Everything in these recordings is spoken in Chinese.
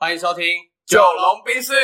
欢迎收听九龙冰室。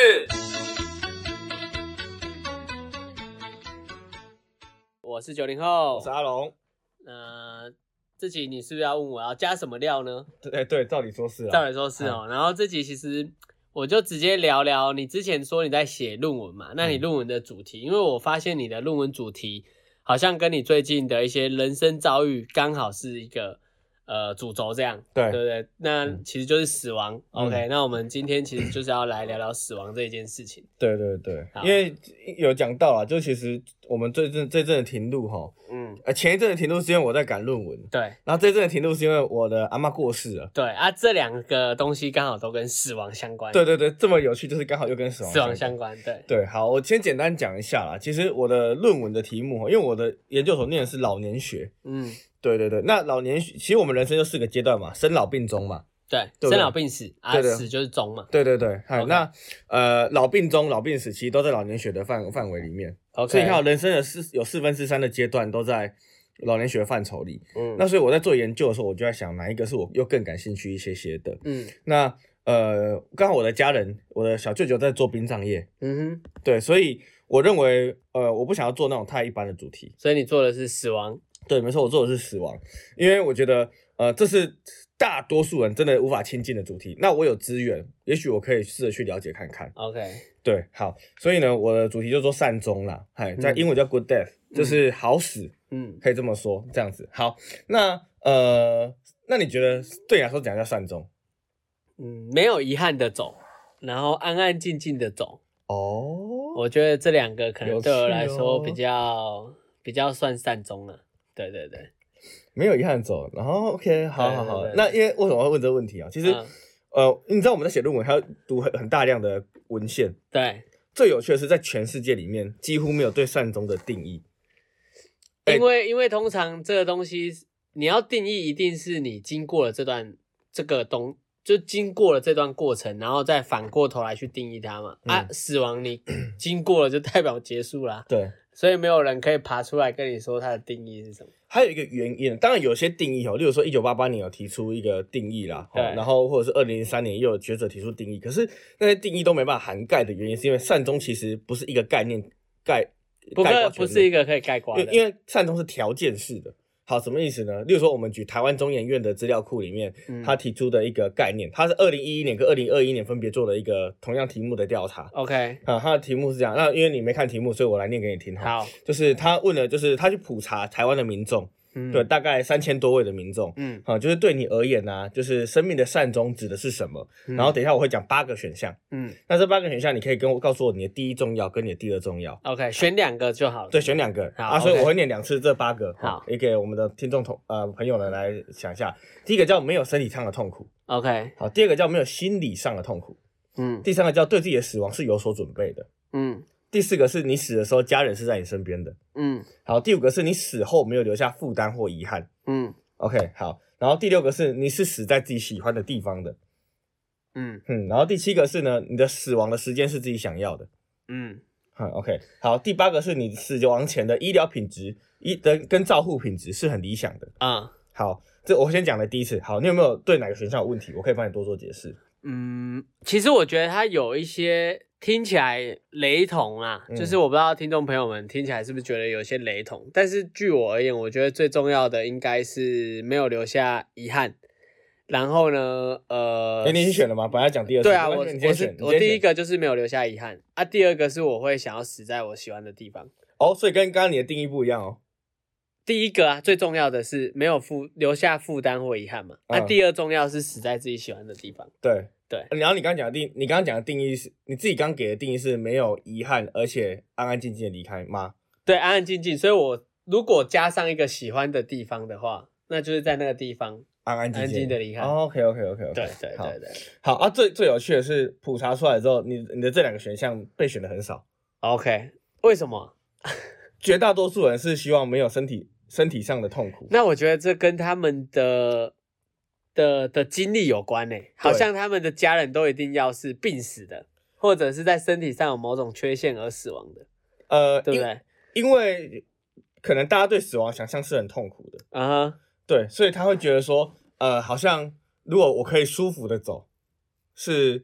我是90后， 我是阿龙。 这集你是不是要问我要加什么料呢？ 对，照理说是啊。 照理说是哦。然后这集其实我就直接聊聊你之前说你在写论文嘛，那你论文的主题，因为我发现你的论文主题好像跟你最近的一些人生遭遇刚好是一个主轴这样，对不对？那其实就是死亡。OK， 那我们今天其实就是要来聊聊死亡这一件事情。 对，因为有讲到啦，就其实我们这阵的停录齁，前一阵的停录是因为我在赶论文，对，然后这阵的停录是因为我的阿嬷过世了， 对啊，这两个东西刚好都跟死亡相关。 对，这么有趣，就是刚好又跟死亡相关。对，好，我先简单讲一下啦。其实我的论文的题目，因为我的研究所念的是老年学，对，那老年其实我们人生就4个阶段嘛，生老病终嘛，对， 生老病死啊，死就是终嘛， 对，那老病终、老病死其实都在老年学的范围里面，所以你看人生的有3/4的阶段都在老年学范畴里，那所以我在做研究的时候，我就在想哪一个是我又更感兴趣一些的，那刚好我的家人，我的小舅舅在做殡葬业，对，所以我认为我不想要做那种太一般的主题， 所以你做的是死亡。 对，没错，我做的是死亡，因为我觉得这是大多数人真的无法亲近的主题。那我有资源，也许我可以试着去了解看看。 OK， 对，好，所以呢，我的主题就说善终啦，在英文叫 good death，就是好死，可以这么说，这样子。好，那你觉得对你来说怎样叫善终？ 没有遗憾的走，然后安安静静的走。我觉得这两个可能对我来说比较算善终了。对， 没有遗憾走，然后 OK， 好。那因为为什么会问这个问题啊？其实你知道我们在写论文还要读很大量的文献，对，最有趣的是在全世界里面几乎没有对善终的定义， 因为通常这个东西你要定义，一定是你经过了就经过了这段过程，然后再反过头来去定义它嘛。死亡你经过了就代表结束啦。对，所以没有人可以爬出来跟你说它的定义是什么。 还有一个原因，当然有些定义例如说1988年有提出一个定义啦，然后或者是2003年又有学者提出定义，可是那些定义都没办法涵盖的原因，是因为善终其实不是一个概念不是一个可以概括的， 因为善终是条件式的。好，什么意思呢？例如说，我们举台湾中研院的资料库里面，他提出的一个概念，他是2011年跟2021年分别做了一个同样题目的调查。OK， 他的题目是这样。那因为你没看题目，所以我来念给你听。好，就是他问了，就是他去普查台湾的民众。对，大概3000多位的民众，就是对你而言啊，就是生命的善终指的是什么？然后等一下我会讲8个选项，那这8个选项你可以告诉我你的第一重要跟你的第二重要。 OK， 选2个就好了。 对，选2个。好，所以我会念2次这8个，好，也给我们的听众朋友们来想一下。第一个叫没有身体上的痛苦 ，OK， 好，第二个叫没有心理上的痛苦，第三个叫对自己的死亡是有所准备的，第4个是你死的时候家人是在你身边的，好，第5个是你死后没有留下负担或遗憾，OK， 好，然后第6个是你是死在自己喜欢的地方的，然后第7个是呢，你的死亡的时间是自己想要的，OK， 好，第8个是你死亡前的医疗品质跟照护品质是很理想的好，这我先讲的第一次，好，你有没有对哪个选项有问题？我可以帮你多做解释。 其实我觉得它有一些听起来雷同啊，就是我不知道听众朋友们听起来是不是觉得有些雷同，但是据我而言，我觉得最重要的应该是没有留下遗憾。然后呢， 你已经选了吗？本来讲第二次。 对啊，我第一个就是没有留下遗憾啊，第二个是我会想要死在我喜欢的地方。 所以跟刚刚你的定义不一样哦。 第一个啊，最重要的是没有留下负担或遗憾嘛。第二重要是死在自己喜欢的地方。对。 然后你刚刚讲的定义是你自己刚给的定义是没有遗憾，而且安安静静的离开吗？对， 安安静静。所以我如果加上一个喜欢的地方的话，那就是在那个地方安安静静的离开。 OK。 对。 好啊，最有趣的是普查出来之后，你的这2个选项被选的很少。 OK， 为什么？ 绝大多数人是希望没有身体上的痛苦。 那我觉得这跟他们的经历有关欸，好像他们的家人都一定要是病死的，或者是在身体上有某种缺陷而死亡的，对不对？ 因为可能大家对死亡想象是很痛苦的，对，所以他会觉得说，好像如果我可以舒服的走，是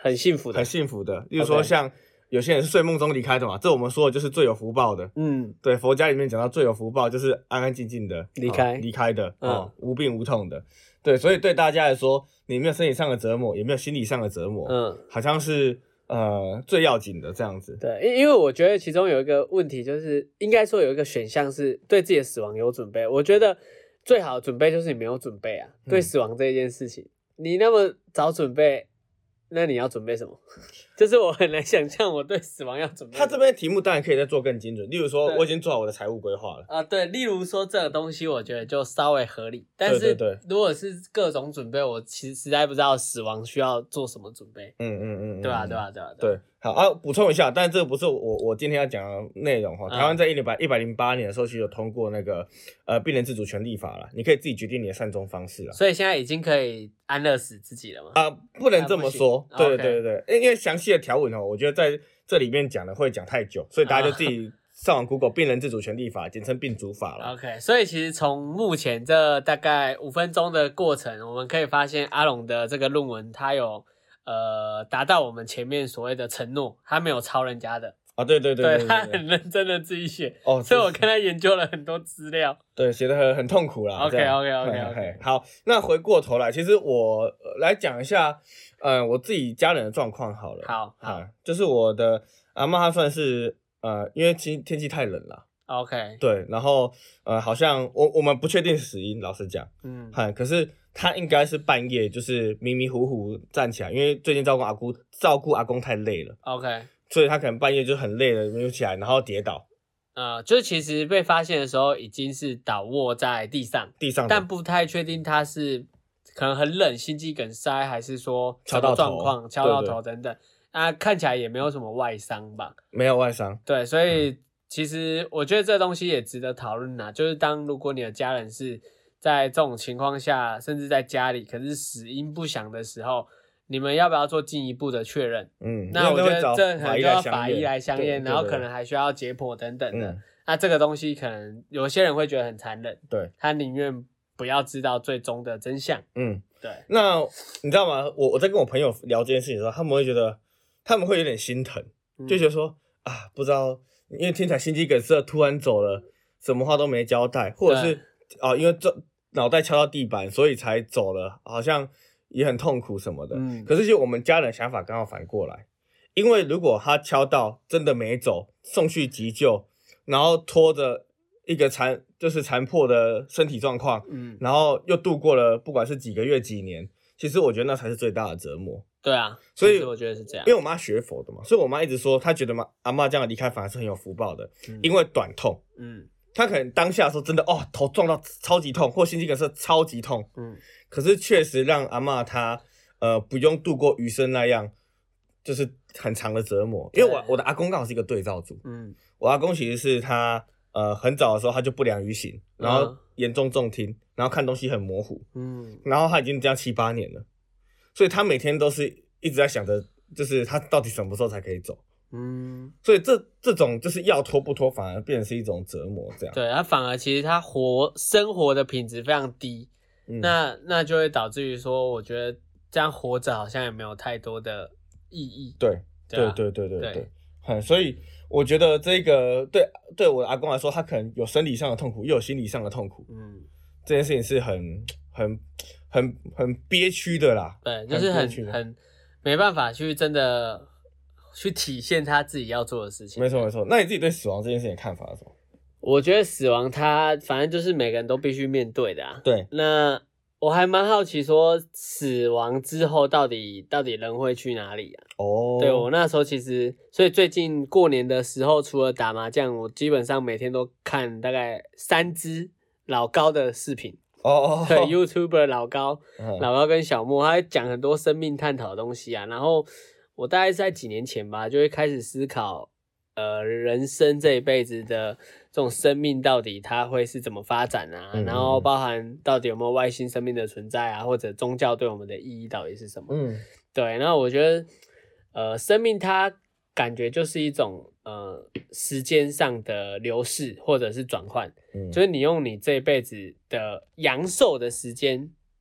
很幸福的， 很幸福的。例如说像有些人是睡梦中离开的嘛，这我们说的就是最有福报的。对，佛家里面讲到最有福报就是安安静静的离开的，无病无痛的。对，所以对大家来说，你没有身体上的折磨，也没有心理上的折磨，好像是最要紧的这样子。 对，因为我觉得其中有一个问题，就是应该说有一个选项是对自己的死亡有准备。我觉得最好的准备就是你没有准备啊，对死亡这一件事情，你那么早准备，那你要准备什么？就是我很难想象我对死亡要准备。 他这边题目当然可以再做更精准，例如说我已经做好我的财务规划了对，例如说这个东西我觉得就稍微合理，但是如果是各种准备，我其实实在不知道死亡需要做什么准备。对吧？ 对，好补充一下，但这个不是我今天要讲的内容哈。台湾在108年的时候，其实有通过那个病人自主权利法啦，你可以自己决定你的善终方式啦。 所以现在已经可以安乐死自己了吗？ 不能这么说。对，因为详细的条文我觉得在这里面讲的会讲太久，所以大家就自己上网 Google 病人自主权利法，简称病主法啦。 OK， 所以其实从目前这大概5分钟的过程，我们可以发现阿龙的这个论文，他有达到我们前面所谓的承诺，他没有抄人家的。 对， 他很认真的自己写所以我跟他研究了很多资料。 对，写得很痛苦啦。 OK。 好，那回过头来，其实我来讲一下我自己家人的状况好了。 好， 就是我的阿嬷她算是因为天气太冷了。 OK。 对，然后好像我们不确定死因，老实讲。可是她应该是半夜就是迷迷糊糊站起来，因为最近照顾阿公太累了。 OK。 所以他可能半夜就很累了，没有起来，然后跌倒。 就是其实被发现的时候已经是倒卧在地上，但不太确定他是可能很冷、心肌梗塞，还是说敲到状况、敲到头等等。看起来也没有什么外伤吧？ 没有外伤。 对，所以其实我觉得这东西也值得讨论啦。就是如果你的家人是在这种情况下，甚至在家里，可是死因不详的时候，你们要不要做进一步的确认？那我觉得这可能就要法医来相验，然后可能还需要解剖等等的。那这个东西可能有些人会觉得很残忍， 对， 他宁愿不要知道最终的真相。对。 那你知道吗？我在跟我朋友聊这件事情的时候，他们会有点心疼，就觉得说不知道，因为听起来心肌梗塞突然走了，什么话都没交代，或者是因为脑袋敲到地板，所以才走了，好像也很痛苦什么的。可是其实我们家人想法刚好反过来，因为如果他敲到真的没走，送去急救，然后拖着一个残破的身体状况，然后又度过了不管是几个月几年，其实我觉得那才是最大的折磨。 对啊， 所以我觉得是这样。 因为我妈学佛的嘛，所以我妈一直说她觉得阿嬷这样的离开反而是很有福报的，因为短痛。她可能当下说真的头撞到超级痛，或心肌梗塞超级痛。可是确实让阿嬷她不用度过余生那样就是很长的折磨。因为我的阿公刚好是一个对照组。我阿公其实是他很早的时候他就不良于行，然后严重重听，然后看东西很模糊。然后他已经这样7、8年了，所以他每天都是一直在想着，就是他到底什么时候才可以走。所以这种就是要拖不拖，反而变成是一种折磨，这样。 对，他反而其实他生活的品质非常低。那就会导致于说，我觉得这样活着好像也没有太多的意义。 对。所以我觉得这个对我的阿公来说，他可能有生理上的痛苦，又有心理上的痛苦。这件事情是很憋屈的啦。 对，就是很没办法去真的去体现他自己要做的事情。 没错。那你自己对死亡这件事情的看法是什么？ 我觉得死亡它反正就是每个人都必须面对的啊。 对。 那我还蛮好奇说死亡之后到底人会去哪里啊？对，我那时候其实，所以最近过年的时候，除了打麻将，我基本上每天都看大概3支老高的视频。对 ，YouTuber 老高跟小莫，他讲很多生命探讨的东西啊。然后我大概是在几年前吧，就会开始思考，人生这一辈子的这种生命到底它会是怎么发展啊？然后包含到底有没有外星生命的存在啊，或者宗教对我们的意义到底是什么？对。然后我觉得，生命它感觉就是一种时间上的流逝或者是转换，就是你用你这一辈子的阳寿的时间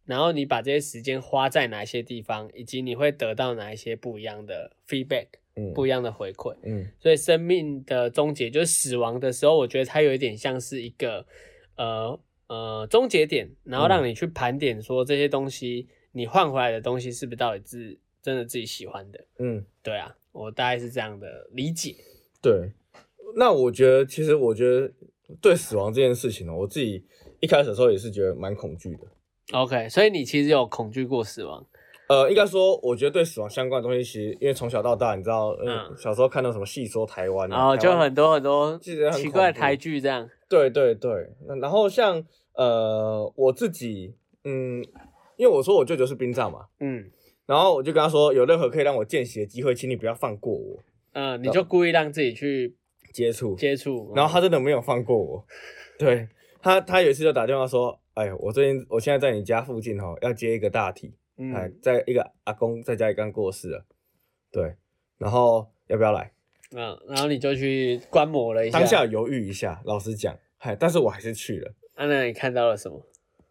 然后你把这些时间花在哪些地方，以及你会得到哪一些不一样的 feedback，不一样的回馈。所以生命的终结就是死亡的时候，我觉得它有一点像是一个终结点，然后让你去盘点说这些东西你换回来的东西是不是到底是真的自己喜欢的。对啊，我大概是这样的理解。 对，那我觉得对死亡这件事情呢，我自己一开始的时候也是觉得蛮恐惧的。 OK， 所以你其实有恐惧过死亡？ 应该说，我觉得对死亡相关的东西，其实因为从小到大，你知道，小时候看到什么戏说台湾啊， 就很多奇怪的台剧这样。 对对对，然后像我自己，因为我说我舅舅是殡葬嘛，然后我就跟他说，有任何可以让我见习的机会，请你不要放过我。 你就故意让自己去接触， 然后他真的没有放过我。对，他有一次就打电话说，哎，我现在在你家附近要接一个大体，在一个阿公在家里刚过世了，对，然后要不要来？ 然后你就去观摩了一下， 当下犹豫一下，老实讲，但是我还是去了。 那你看到了什么？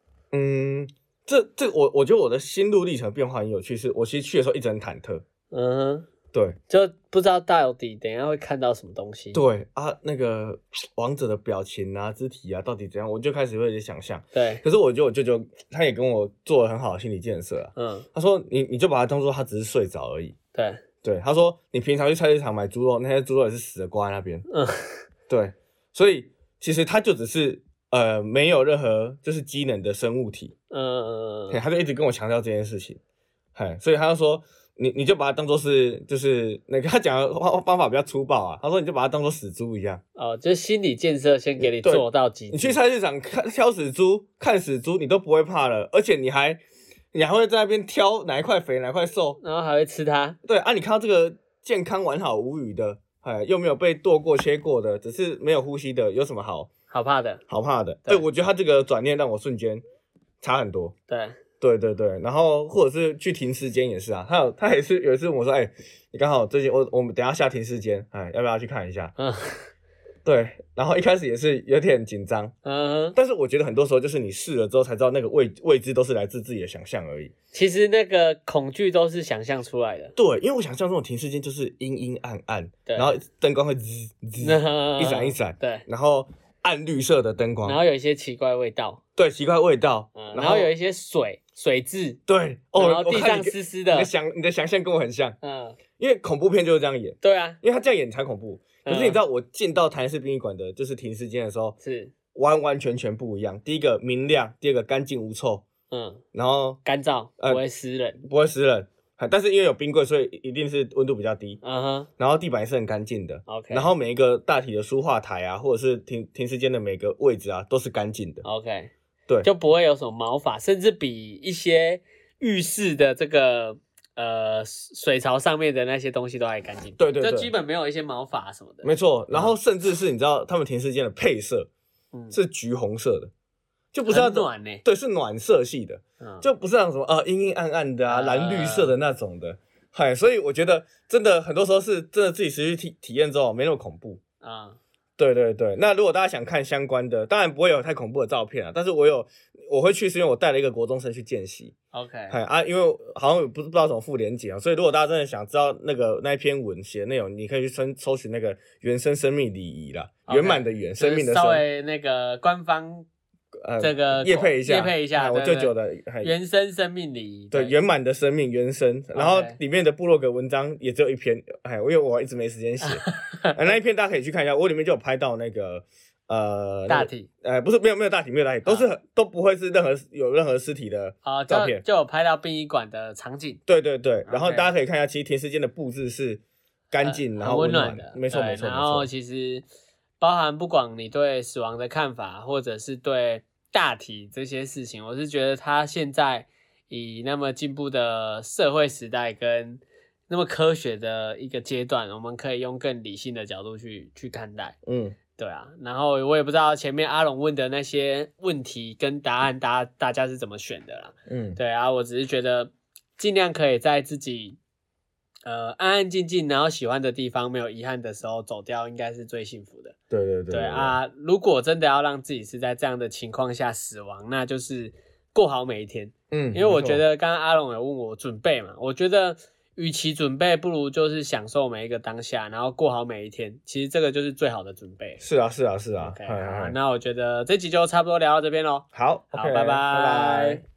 我觉得我的心路历程变化很有趣，是我其实去的时候一直很忐忑。对， 就不知道到底等一下会看到什么东西。 对啊，那个亡者的表情啊、肢体啊，到底怎样，我就开始会有点想象。 对， 可是我觉得我舅舅他也跟我做了很好的心理建设啊。他说你就把他当做他只是睡着而已。对，他说你平常去菜市场买猪肉，那些猪肉也是死的挂在那边。对，所以其实他就只是没有任何就是机能的生物体。他就一直跟我强调这件事情。所以他就说。你就把它当作是，就是那个他讲的方法比较粗暴啊。他说你就把它当作死猪一样。 就是心理建设先给你做到极致。 你去菜市场挑死猪、看死猪，你都不会怕了，而且你还会在那边挑哪一块肥哪一块瘦， 然后还会吃它。 对啊，你看到这个健康完好无虞的，又没有被剁过切过的，只是没有呼吸的，有什么好怕的？ 好怕的。对，我觉得他这个转念让我瞬间差很多。对，然后或者是去停尸间也是啊，他也是有一次问我说，你刚好最近我们等一下下停尸间，要不要去看一下？对，然后一开始也是有点紧张，但是我觉得很多时候就是你试了之后才知道那个未知都是来自自己的想象而已。 其实那个恐惧都是想象出来的。 对，因为我想象这种停尸间就是阴阴暗暗，然后灯光会滋一闪一闪， 对， 然后暗绿色的灯光， 然后有一些奇怪味道， 对，奇怪味道， 然后有一些水渍， 对， 然后地上湿湿的。 你的想象跟我很像，因为恐怖片就是这样演。 对啊， 因为他这样演才恐怖。可是你知道我进到台南市殡仪馆的就是停尸间的时候， 是完完全全不一样。第一个明亮，第二个干净无臭，然后干燥，不会湿冷，但是因为有冰柜，所以一定是温度比较低。然后地板也是很干净的。 OK， 然后每一个大体的书画台啊，或者是停尸间的每个位置啊，都是干净的。 OK， 对， 就不会有什么毛发，甚至比一些浴室的这个水槽上面的那些东西都还干净。 对， 就基本没有一些毛发什么的。 没错，然后甚至是你知道他们停尸间的配色是橘红色的，就不是那种很暖对，是暖色系的，就不是那种什么阴阴暗暗的啊，蓝绿色的那种的。所以我觉得真的很多时候是真的自己实际体验之后没那么恐怖啊。对，那如果大家想看相关的，当然不会有太恐怖的照片啊，但是我会去是因为我带了一个国中生去见习。 OK， 因为好像不知道什么附连结啊，所以如果大家真的想知道那一篇文写的内容，你可以去搜寻那个原生生命礼仪啦，圆满的圆，生命的生， 稍微那个官方这个业配一下，我舅舅的原生生命礼仪， 对，圆满的生命原生，然后里面的部落格文章也只有一篇，因为我一直没时间写，那一篇大家可以去看一下，我里面就有拍到那个大体， 不是没有大体，都不会是有任何尸体的照片， 就有拍到殡仪馆的场景， 对，然后大家可以看一下，其实停尸间的布置是干净然后温暖的，没错， 然后其实包含不管你对死亡的看法，或者是对大体这些事情，我是觉得他现在以那么进步的社会时代跟那么科学的一个阶段，我们可以用更理性的角度去看待。对啊，然后我也不知道前面阿龙问的那些问题跟答案大家是怎么选的啦。对啊，我只是觉得尽量可以在自己安安静静，然后喜欢的地方没有遗憾的时候走掉，应该是最幸福的。对啊，如果真的要让自己是在这样的情况下死亡，那就是过好每一天。因为我觉得刚刚阿龙有问我准备嘛，我觉得与其准备，不如就是享受每一个当下，然后过好每一天。其实这个就是最好的准备。 是啊。 OK， 好，那我觉得这集就差不多聊到这边咯。 好， 拜拜。